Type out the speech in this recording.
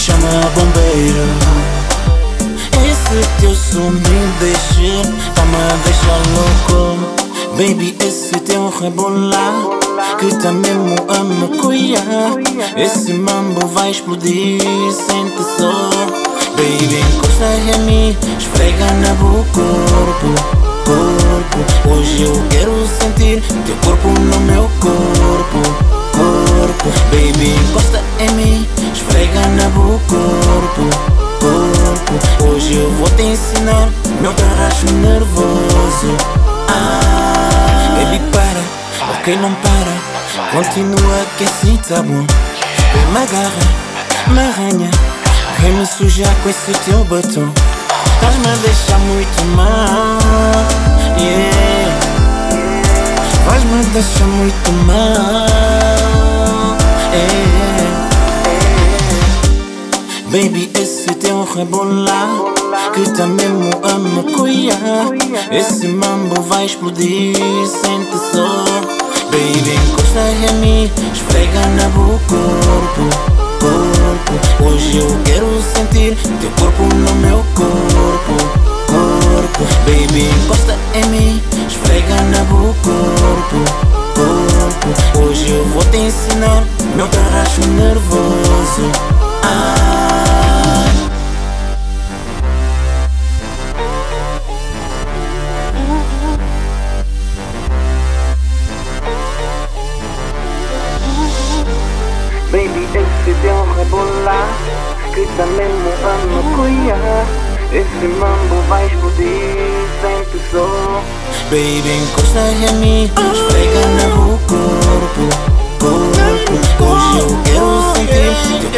chama a bombeira. Esse teu som me deixa, tá-me a deixar louco. Baby, esse teu rebolar que tá mesmo a me cuidar. Esse mambo vai explodir, sente só. Baby, encosta em mim, esfrega na boca corpo. Hoje eu quero sentir teu corpo no meu corpo. Baby, encosta em mim, esfrega na boca corpo. Hoje eu vou te ensinar meu tarraxo nervoso. Baby, para, ok, não para. Continua que assim tá bom. Vem, me agarra, me arranha, vem me sujar com esse teu batom. Estás-me a deixar muito mal, yeah. Vais-me deixar muito mal, yeah. Baby, esse teu rebolar que tá mesmo a me cuidar. Esse mambo vai explodir, sente só. Baby, encosta em mim, esfrega na boca corpo. Hoje eu quero sentir teu corpo no meu corpo. Baby, encosta em mim, esfrega na boca corpo. Hoje eu vou te ensinar meu tarraxo nervoso. Baby, esse teu rebolar que tá mesmo a me cuidar. Esse mambo vai explodir, sente só. Baby, encosta em mim, esfrega na boca corpo. Hoje eu quero sentir teu